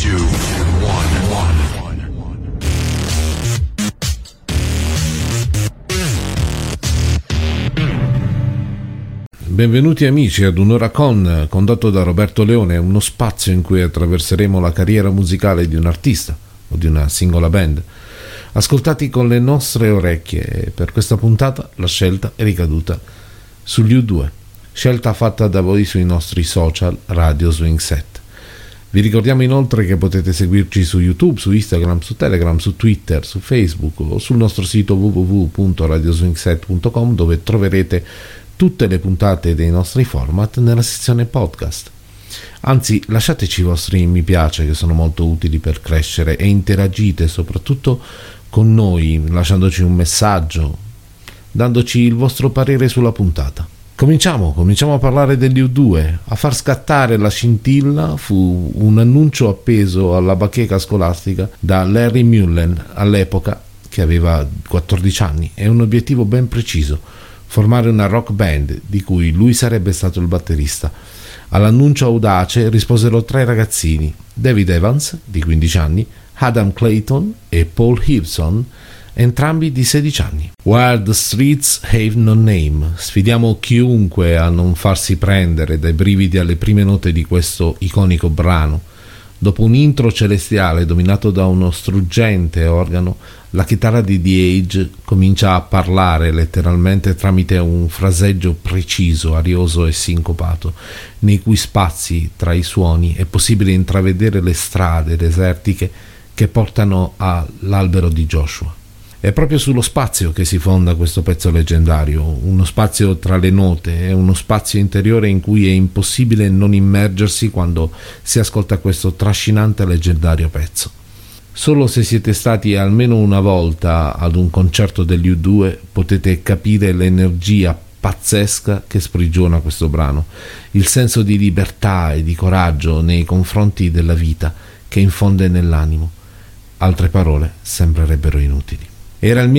Benvenuti amici ad Un'ora condotto da Roberto Leone, uno spazio in cui attraverseremo la carriera musicale di un artista o di una singola band, ascoltati con le nostre orecchie, e per questa puntata la scelta è ricaduta sugli U2, scelta fatta da voi sui nostri social Radio Swing Set. Vi ricordiamo inoltre che potete seguirci su YouTube, su Instagram, su Telegram, su Twitter, su Facebook o sul nostro sito www.radioswingset.com, dove troverete tutte le puntate dei nostri format nella sezione podcast. Anzi, lasciateci i vostri mi piace, che sono molto utili per crescere, e interagite soprattutto con noi lasciandoci un messaggio, dandoci il vostro parere sulla puntata. Cominciamo a parlare degli U2. A far scattare la scintilla fu un annuncio appeso alla bacheca scolastica da Larry Mullen, all'epoca che aveva 14 anni, e un obiettivo ben preciso: formare una rock band di cui lui sarebbe stato il batterista. All'annuncio audace risposero 3 ragazzini: David Evans, di 15 anni, Adam Clayton e Paul Hewson, entrambi di 16 anni. Where the Streets Have No Name. Sfidiamo chiunque a non farsi prendere dai brividi alle prime note di questo iconico brano. Dopo un intro celestiale dominato da uno struggente organo, la chitarra di The Age comincia a parlare letteralmente tramite un fraseggio preciso, arioso e sincopato, nei cui spazi tra i suoni è possibile intravedere le strade desertiche che portano all'albero di Joshua. È proprio sullo spazio che si fonda questo pezzo leggendario, uno spazio tra le note, è uno spazio interiore in cui è impossibile non immergersi quando si ascolta questo trascinante e leggendario pezzo. Solo se siete stati almeno una volta ad un concerto degli U2 potete capire l'energia pazzesca che sprigiona questo brano, il senso di libertà e di coraggio nei confronti della vita che infonde nell'animo. Altre parole sembrerebbero inutili. Era il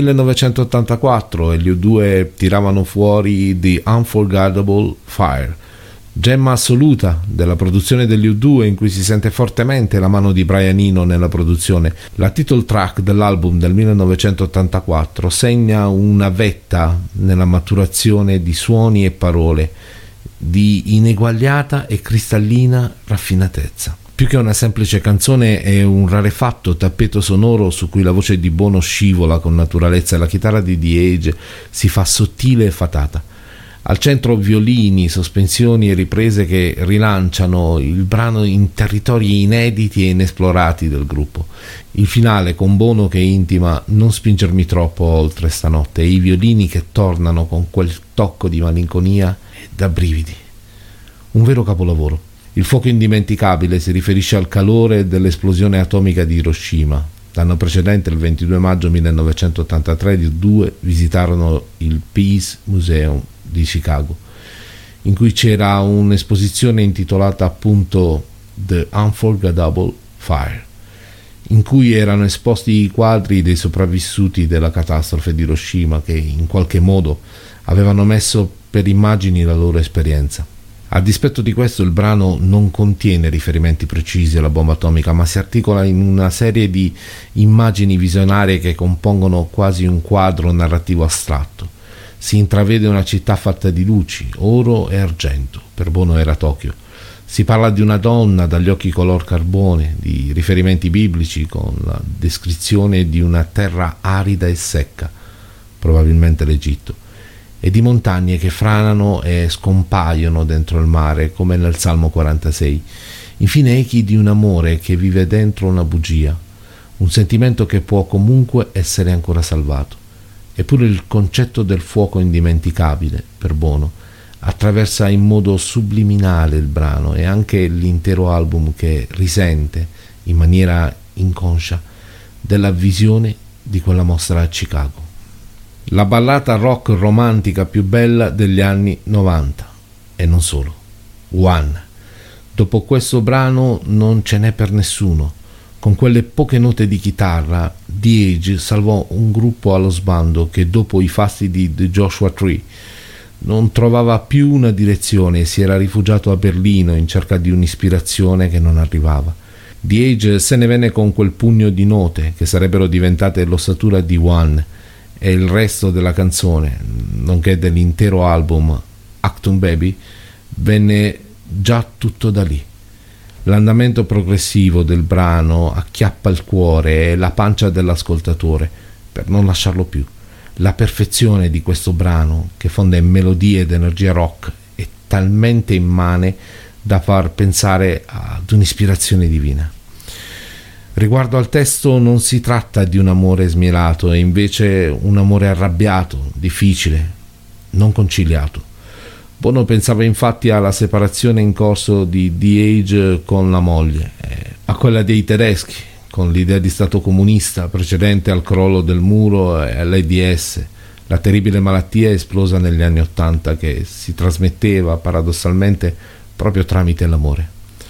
1984 e gli U2 tiravano fuori The Unforgettable Fire, gemma assoluta della produzione degli U2, in cui si sente fortemente la mano di Brian Eno nella produzione. La title track dell'album del 1984 segna una vetta nella maturazione di suoni e parole, di ineguagliata e cristallina raffinatezza. Più che una semplice canzone è un rarefatto tappeto sonoro su cui la voce di Bono scivola con naturalezza e la chitarra di The Age si fa sottile e fatata. Al centro violini, sospensioni e riprese che rilanciano il brano in territori inediti e inesplorati del gruppo. Il finale con Bono che intima "non spingermi troppo oltre stanotte" e i violini che tornano con quel tocco di malinconia e da brividi. Un vero capolavoro. Il fuoco indimenticabile si riferisce al calore dell'esplosione atomica di Hiroshima. L'anno precedente, il 22 maggio 1983, gli U2 visitarono il Peace Museum di Chicago, in cui c'era un'esposizione intitolata appunto The Unforgettable Fire, in cui erano esposti i quadri dei sopravvissuti della catastrofe di Hiroshima, che in qualche modo avevano messo per immagini la loro esperienza. A dispetto di questo, il brano non contiene riferimenti precisi alla bomba atomica, ma si articola in una serie di immagini visionarie che compongono quasi un quadro narrativo astratto. Si intravede una città fatta di luci, oro e argento. Per Bono era Tokyo. Si parla di una donna dagli occhi color carbone, di riferimenti biblici con la descrizione di una terra arida e secca, probabilmente l'Egitto, e di montagne che franano e scompaiono dentro il mare, come nel Salmo 46. Infine echi di un amore che vive dentro una bugia, un sentimento che può comunque essere ancora salvato. Eppure il concetto del fuoco indimenticabile, per Bono, attraversa in modo subliminale il brano e anche l'intero album, che risente, in maniera inconscia, della visione di quella mostra a Chicago. La ballata rock romantica più bella degli anni 90, e non solo. One. Dopo questo brano non ce n'è per nessuno. Con quelle poche note di chitarra, The Age salvò un gruppo allo sbando che, dopo i fasti di The Joshua Tree, non trovava più una direzione e si era rifugiato a Berlino in cerca di un'ispirazione che non arrivava. The Age se ne venne con quel pugno di note che sarebbero diventate l'ossatura di One, e il resto della canzone, nonché dell'intero album Achtung Baby, venne già tutto da lì. L'andamento progressivo del brano acchiappa il cuore e la pancia dell'ascoltatore per non lasciarlo più. La perfezione di questo brano, che fonde melodie ed energia rock, è talmente immane da far pensare ad un'ispirazione divina. Riguardo al testo, non si tratta di un amore smielato, è invece un amore arrabbiato, difficile, non conciliato. Bono pensava infatti alla separazione in corso di The Age con la moglie, a quella dei tedeschi, con l'idea di stato comunista precedente al crollo del muro e all'AIDS, la terribile malattia esplosa negli anni '80 che si trasmetteva paradossalmente proprio tramite l'amore.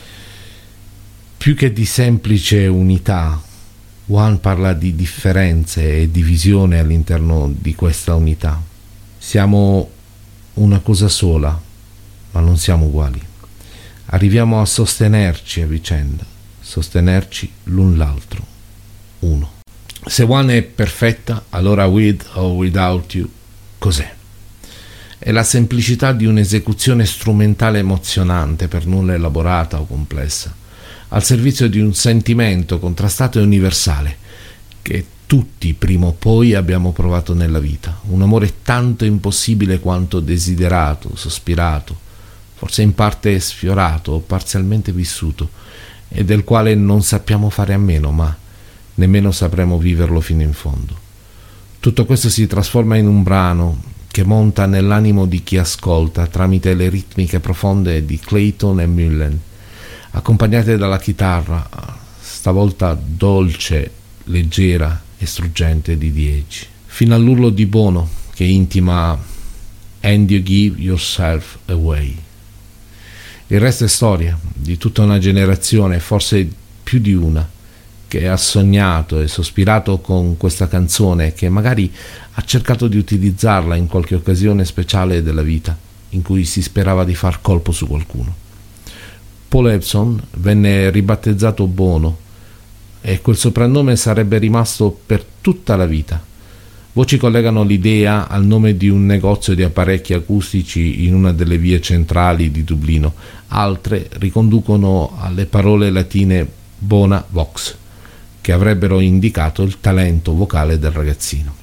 Più che di semplice unità, One parla di differenze e divisione all'interno di questa unità. Siamo una cosa sola, ma non siamo uguali. Arriviamo a sostenerci a vicenda, sostenerci l'un l'altro, uno. Se One è perfetta, allora With or Without You cos'è? È la semplicità di un'esecuzione strumentale emozionante, per nulla elaborata o complessa, al servizio di un sentimento contrastato e universale che tutti prima o poi abbiamo provato nella vita, un amore tanto impossibile quanto desiderato, sospirato, forse in parte sfiorato o parzialmente vissuto, e del quale non sappiamo fare a meno, ma nemmeno sapremo viverlo fino in fondo. Tutto questo si trasforma in un brano che monta nell'animo di chi ascolta tramite le ritmiche profonde di Clayton e Mullen, accompagnate dalla chitarra, stavolta dolce, leggera e struggente di The Age, fino all'urlo di Bono che intima "And you give yourself away". Il resto è storia di tutta una generazione, forse più di una, che ha sognato e sospirato con questa canzone, che magari ha cercato di utilizzarla in qualche occasione speciale della vita in cui si sperava di far colpo su qualcuno. Paul Epson venne ribattezzato Bono e quel soprannome sarebbe rimasto per tutta la vita. Voci collegano l'idea al nome di un negozio di apparecchi acustici in una delle vie centrali di Dublino, altre riconducono alle parole latine Bona Vox, che avrebbero indicato il talento vocale del ragazzino.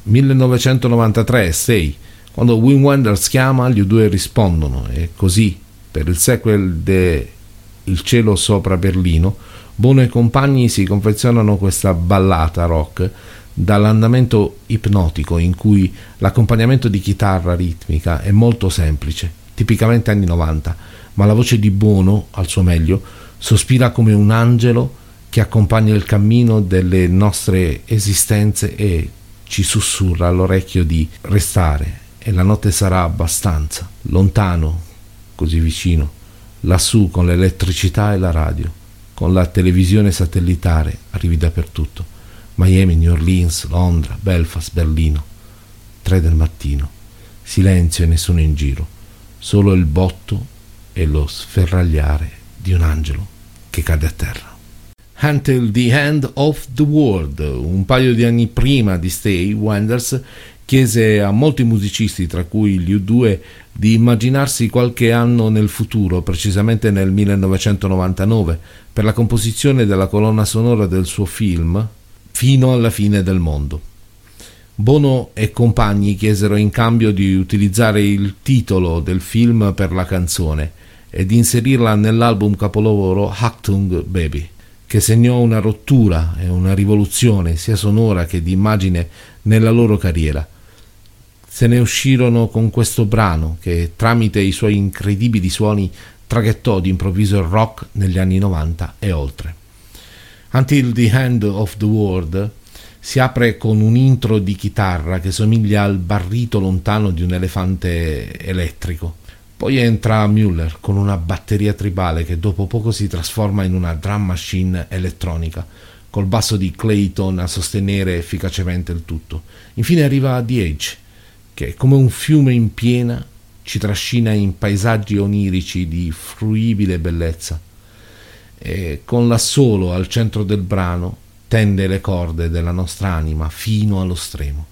1993-6, quando Wim Wenders chiama, gli due rispondono, e così, per il sequel de Il cielo sopra Berlino, Bono e compagni si confezionano questa ballata rock dall'andamento ipnotico in cui l'accompagnamento di chitarra ritmica è molto semplice, tipicamente anni 90, ma la voce di Bono, al suo meglio, sospira come un angelo che accompagna il cammino delle nostre esistenze e ci sussurra all'orecchio di restare, e la notte sarà abbastanza, lontano, così vicino, lassù con l'elettricità e la radio, con la televisione satellitare, arrivi dappertutto, Miami, New Orleans, Londra, Belfast, Berlino, 3 del mattino, silenzio e nessuno in giro, solo il botto e lo sferragliare di un angelo che cade a terra. Until the End of the World, un paio di anni prima di Stay, Wenders chiese a molti musicisti, tra cui gli U2, di immaginarsi qualche anno nel futuro, precisamente nel 1999, per la composizione della colonna sonora del suo film Fino alla fine del mondo. Bono e compagni chiesero in cambio di utilizzare il titolo del film per la canzone e di inserirla nell'album capolavoro Achtung Baby, che segnò una rottura e una rivoluzione sia sonora che di immagine nella loro carriera. Se ne uscirono con questo brano che, tramite i suoi incredibili suoni, traghettò d'improvviso il rock negli anni 90 e oltre. Until the End of the World si apre con un intro di chitarra che somiglia al barrito lontano di un elefante elettrico. Poi entra Müller con una batteria tribale che dopo poco si trasforma in una drum machine elettronica, col basso di Clayton a sostenere efficacemente il tutto. Infine arriva The Age, che come un fiume in piena ci trascina in paesaggi onirici di fruibile bellezza. e con l'assolo al centro del brano tende le corde della nostra anima fino allo stremo.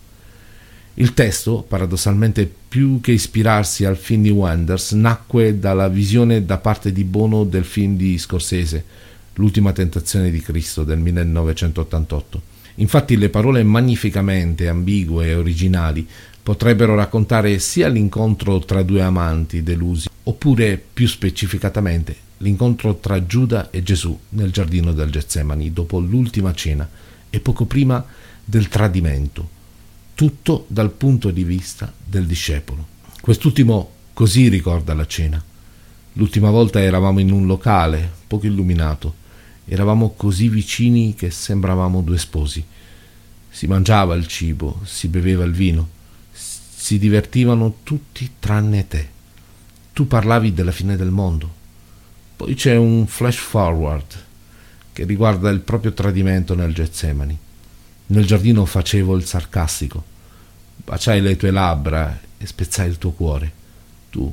Il testo, paradossalmente, più che ispirarsi al film di Wenders, nacque dalla visione da parte di Bono del film di Scorsese, L'ultima tentazione di Cristo del 1988. Infatti le parole magnificamente ambigue e originali potrebbero raccontare sia l'incontro tra due amanti delusi, oppure più specificatamente l'incontro tra Giuda e Gesù nel giardino del Getsemani dopo l'ultima cena e poco prima del tradimento, tutto dal punto di vista del discepolo. Quest'ultimo così ricorda la cena. L'ultima volta eravamo in un locale poco illuminato, eravamo così vicini che sembravamo due sposi. Si mangiava il cibo, si beveva il vino, si divertivano tutti tranne te. Tu parlavi della fine del mondo. Poi c'è un flash forward che riguarda il proprio tradimento nel Getsemani. Nel giardino facevo il sarcastico, baciai le tue labbra e spezzai il tuo cuore. Tu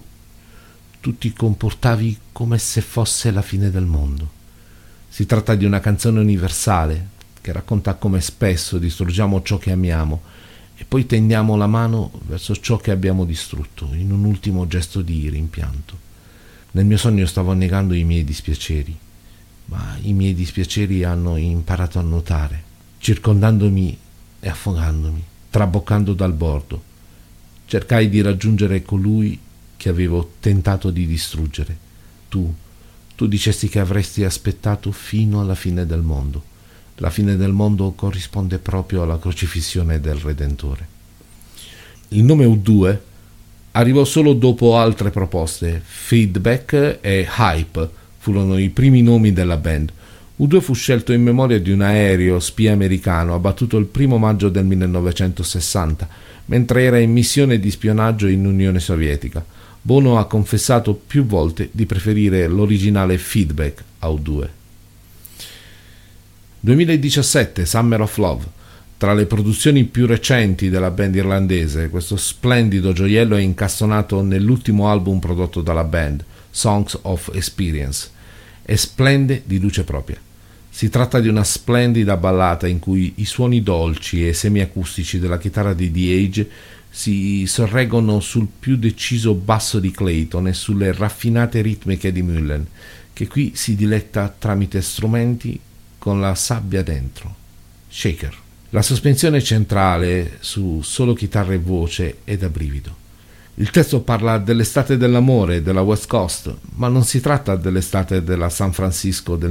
ti comportavi come se fosse la fine del mondo. Si tratta di una canzone universale che racconta come spesso distruggiamo ciò che amiamo e poi tendiamo la mano verso ciò che abbiamo distrutto in un ultimo gesto di rimpianto. Nel mio sogno stavo annegando i miei dispiaceri, ma i miei dispiaceri hanno imparato a nuotare, circondandomi e affogandomi, traboccando dal bordo. Cercai di raggiungere colui che avevo tentato di distruggere. Tu dicesti che avresti aspettato fino alla fine del mondo. La fine del mondo corrisponde proprio alla crocifissione del Redentore. Il nome U2 arrivò solo dopo altre proposte. Feedback e Hype furono i primi nomi della band. U2 fu scelto in memoria di un aereo spia americano abbattuto il 1 maggio del 1960, mentre era in missione di spionaggio in Unione Sovietica. Bono ha confessato più volte di preferire l'originale Feedback a U2. 2017, Summer of Love. Tra le produzioni più recenti della band irlandese, questo splendido gioiello è incastonato nell'ultimo album prodotto dalla band, Songs of Experience, e splende di luce propria. Si tratta di una splendida ballata in cui i suoni dolci e semiacustici della chitarra di The Age si sorreggono sul più deciso basso di Clayton e sulle raffinate ritmiche di Mullen, che qui si diletta tramite strumenti con la sabbia dentro. Shaker. La sospensione centrale su solo chitarra e voce è da brivido. Il testo parla dell'estate dell'amore della West Coast, ma non si tratta dell'estate della San Francisco del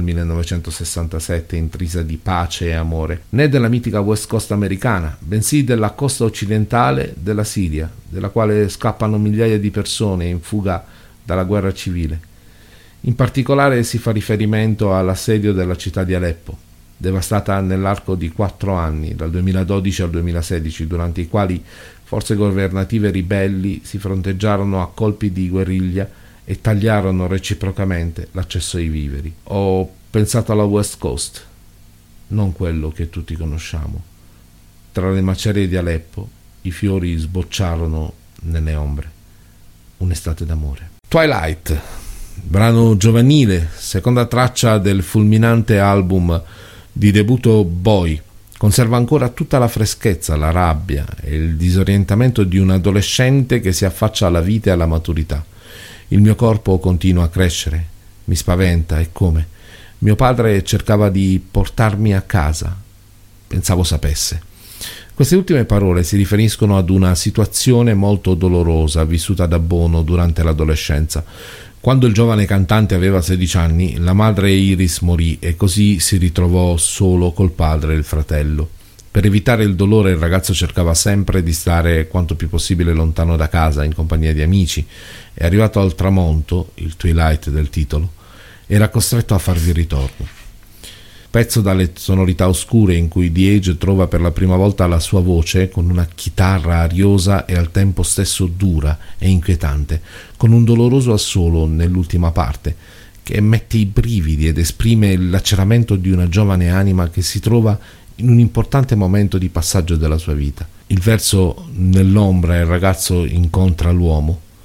1967 intrisa di pace e amore, né della mitica West Coast americana, bensì della costa occidentale della Siria, della quale scappano migliaia di persone in fuga dalla guerra civile. In particolare si fa riferimento all'assedio della città di Aleppo, devastata nell'arco di 4 anni, dal 2012 al 2016, durante i quali forze governative ribelli si fronteggiarono a colpi di guerriglia e tagliarono reciprocamente l'accesso ai viveri. Ho pensato alla West Coast, non quello che tutti conosciamo. Tra le macerie di Aleppo i fiori sbocciarono nelle ombre. Un'estate d'amore. Twilight, brano giovanile, seconda traccia del fulminante album di debutto Boy, conserva ancora tutta la freschezza, la rabbia e il disorientamento di un adolescente che si affaccia alla vita e alla maturità. Il mio corpo continua a crescere, mi spaventa, e come? Mio padre cercava di portarmi a casa. Pensavo sapesse. Queste ultime parole si riferiscono ad una situazione molto dolorosa vissuta da Bono durante l'adolescenza. Quando il giovane cantante aveva 16 anni, la madre Iris morì e così si ritrovò solo col padre e il fratello. Per evitare il dolore il ragazzo cercava sempre di stare quanto più possibile lontano da casa, in compagnia di amici, e arrivato al tramonto, il twilight del titolo, era costretto a farvi ritorno. Pezzo dalle sonorità oscure in cui The Age trova per la prima volta la sua voce con una chitarra ariosa e al tempo stesso dura e inquietante, con un doloroso assolo nell'ultima parte che mette i brividi ed esprime il laceramento di una giovane anima che si trova in un importante momento di passaggio della sua vita. Il verso "nell'ombra il ragazzo incontra l'uomo"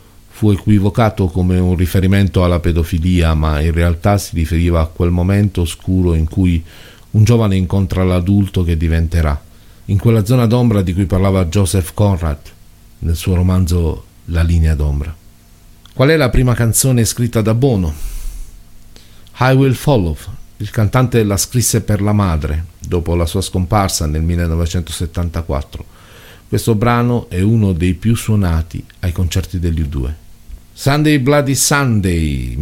fu equivocato come un riferimento alla pedofilia, ma in realtà si riferiva a quel momento oscuro in cui un giovane incontra l'adulto che diventerà, in quella zona d'ombra di cui parlava Joseph Conrad nel suo romanzo La linea d'ombra. Qual è la prima canzone scritta da Bono? I Will Follow. Il cantante la scrisse per la madre dopo la sua scomparsa nel 1974. Questo brano è uno dei più suonati ai concerti degli U2. Sunday Bloody Sunday,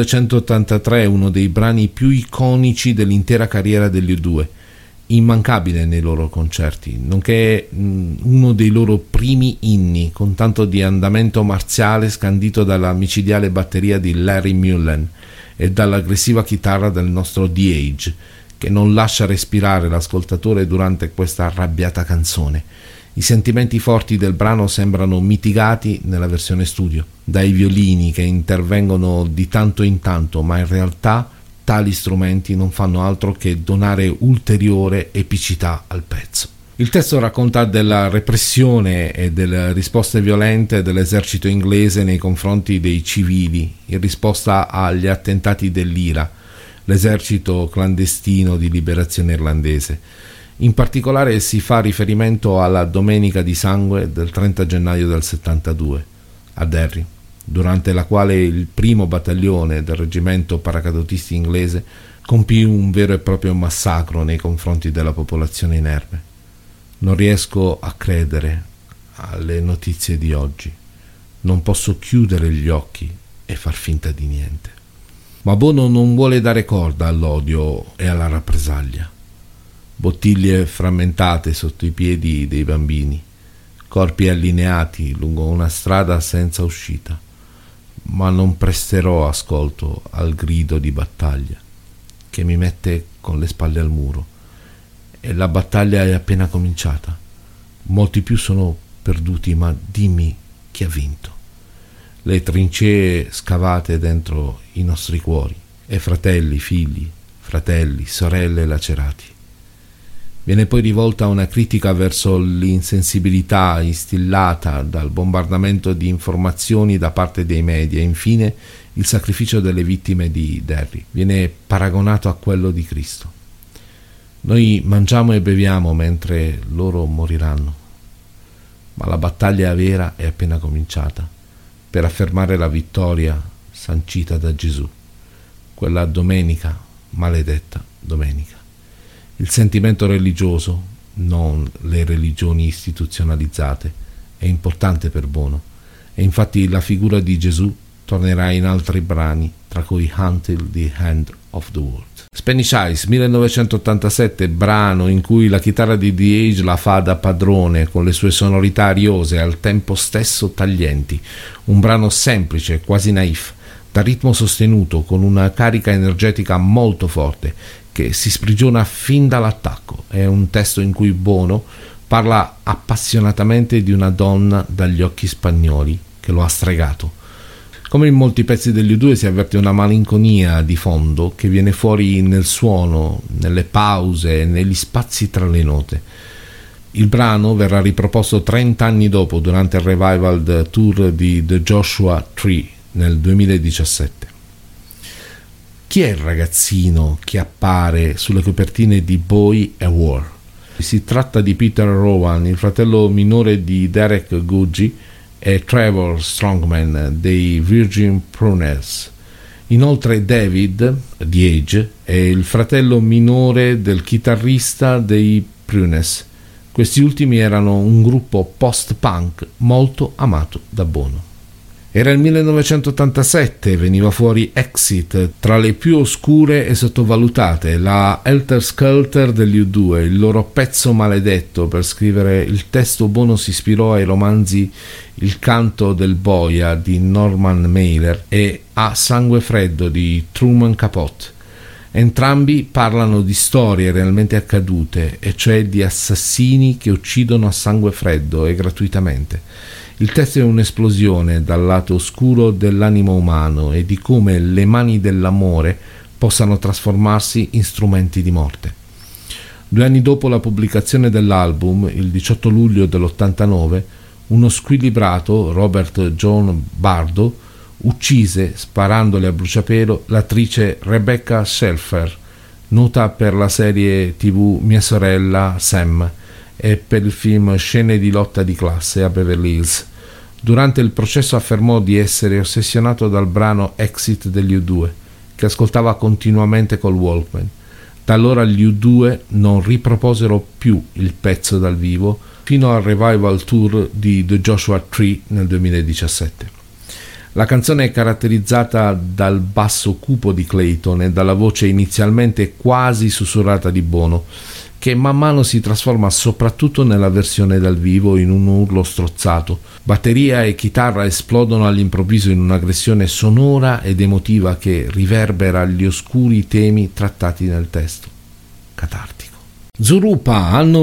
1983, uno dei brani più iconici dell'intera carriera degli U2, immancabile nei loro concerti, nonché uno dei loro primi inni, con tanto di andamento marziale scandito dalla micidiale batteria di Larry Mullen e dall'aggressiva chitarra del nostro The Age, che non lascia respirare l'ascoltatore durante questa arrabbiata canzone. I sentimenti forti del brano sembrano mitigati nella versione studio dai violini che intervengono di tanto in tanto, ma in realtà tali strumenti non fanno altro che donare ulteriore epicità al pezzo. Il testo racconta della repressione e delle risposte violente dell'esercito inglese nei confronti dei civili in risposta agli attentati dell'IRA, l'esercito clandestino di liberazione irlandese. In particolare si fa riferimento alla Domenica di Sangue del 30 gennaio del 72 a Derry, durante la quale il primo battaglione del reggimento paracadutisti inglese compì un vero e proprio massacro nei confronti della popolazione inerme. Non riesco a credere alle notizie di oggi. Non posso chiudere gli occhi e far finta di niente. Ma Bono non vuole dare corda all'odio e alla rappresaglia. Bottiglie frammentate sotto i piedi dei bambini, corpi allineati lungo una strada senza uscita. Ma non presterò ascolto al grido di battaglia che mi mette con le spalle al muro. E la battaglia è appena cominciata. Molti più sono perduti, ma dimmi chi ha vinto. Le trincee scavate dentro i nostri cuori e fratelli, figli, fratelli, sorelle lacerati. Viene poi rivolta una critica verso l'insensibilità instillata dal bombardamento di informazioni da parte dei media e infine il sacrificio delle vittime di Derry viene paragonato a quello di Cristo. Noi mangiamo e beviamo mentre loro moriranno, ma la battaglia vera è appena cominciata per affermare la vittoria sancita da Gesù, quella domenica, maledetta domenica. Il sentimento religioso, non le religioni istituzionalizzate, è importante per Bono e infatti la figura di Gesù tornerà in altri brani, tra cui Until the End of the World. Spanish Eyes, 1987, brano in cui la chitarra di The Age la fa da padrone con le sue sonorità ariose e al tempo stesso taglienti. Un brano semplice, quasi naif, da ritmo sostenuto con una carica energetica molto forte che si sprigiona fin dall'attacco. È un testo in cui Bono parla appassionatamente di una donna dagli occhi spagnoli che lo ha stregato. Come in molti pezzi degli U2 si avverte una malinconia di fondo che viene fuori nel suono, nelle pause, negli spazi tra le note. Il brano verrà riproposto 30 anni dopo durante il revival tour di The Joshua Tree nel 2017. Chi è il ragazzino che appare sulle copertine di Boy and War? Si tratta di Peter Rowan, il fratello minore di Derek Guggi e Trevor Strongman dei Virgin Prunes. Inoltre David, The Age, è il fratello minore del chitarrista dei Prunes. Questi ultimi erano un gruppo post-punk molto amato da Bono. Era il 1987, veniva fuori Exit, tra le più oscure e sottovalutate, la Helter Skelter degli U2, il loro pezzo maledetto. Per scrivere il testo Bono si ispirò ai romanzi Il canto del boia di Norman Mailer e A sangue freddo di Truman Capote. Entrambi parlano di storie realmente accadute, e cioè di assassini che uccidono a sangue freddo e gratuitamente. Il testo è un'esplosione dal lato oscuro dell'animo umano e di come le mani dell'amore possano trasformarsi in strumenti di morte. 2 anni dopo la pubblicazione dell'album, il 18 luglio dell'89, uno squilibrato, Robert John Bardo, uccise, sparandole a bruciapelo, l'attrice Rebecca Shelfer, nota per la serie TV Mia sorella Sam e per il film Scene di lotta di classe a Beverly Hills. Durante il processo affermò di essere ossessionato dal brano Exit degli U2, che ascoltava continuamente col Walkman. Da allora gli U2 non riproposero più il pezzo dal vivo fino al revival tour di The Joshua Tree nel 2017. La canzone è caratterizzata dal basso cupo di Clayton e dalla voce inizialmente quasi sussurrata di Bono, che man mano si trasforma soprattutto nella versione dal vivo in un urlo strozzato. Batteria e chitarra esplodono all'improvviso in un'aggressione sonora ed emotiva che riverbera gli oscuri temi trattati nel testo. Catartico. Zorupa, anno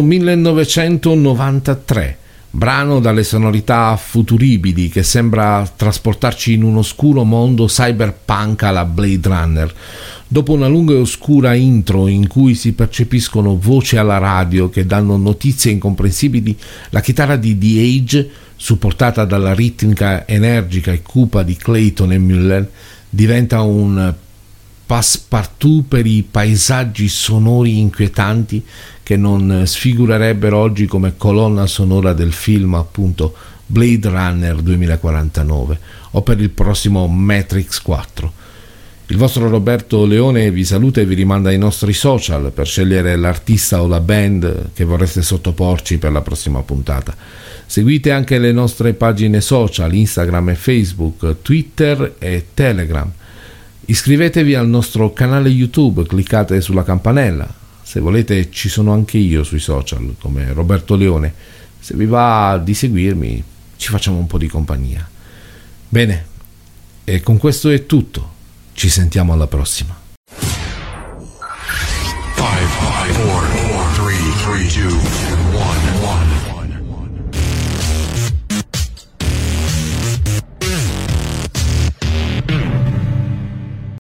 1993. Brano dalle sonorità futuribili che sembra trasportarci in un oscuro mondo cyberpunk alla Blade Runner. Dopo una lunga e oscura intro in cui si percepiscono voci alla radio che danno notizie incomprensibili, la chitarra di The Age, supportata dalla ritmica energica e cupa di Clayton e Müller, diventa un passepartout per i paesaggi sonori inquietanti che non sfigurerebbero oggi come colonna sonora del film, appunto, Blade Runner 2049 o per il prossimo Matrix 4. Il vostro Roberto Leone vi saluta e vi rimanda ai nostri social per scegliere l'artista o la band che vorreste sottoporci per la prossima puntata. Seguite anche le nostre pagine social, Instagram e Facebook, Twitter e Telegram. Iscrivetevi al nostro canale YouTube, cliccate sulla campanella. Se volete ci sono anche io sui social come Roberto Leone. Se vi va di seguirmi ci facciamo un po' di compagnia. Bene, e con questo è tutto. Ci sentiamo alla prossima. 5, 4, 3, 2, 1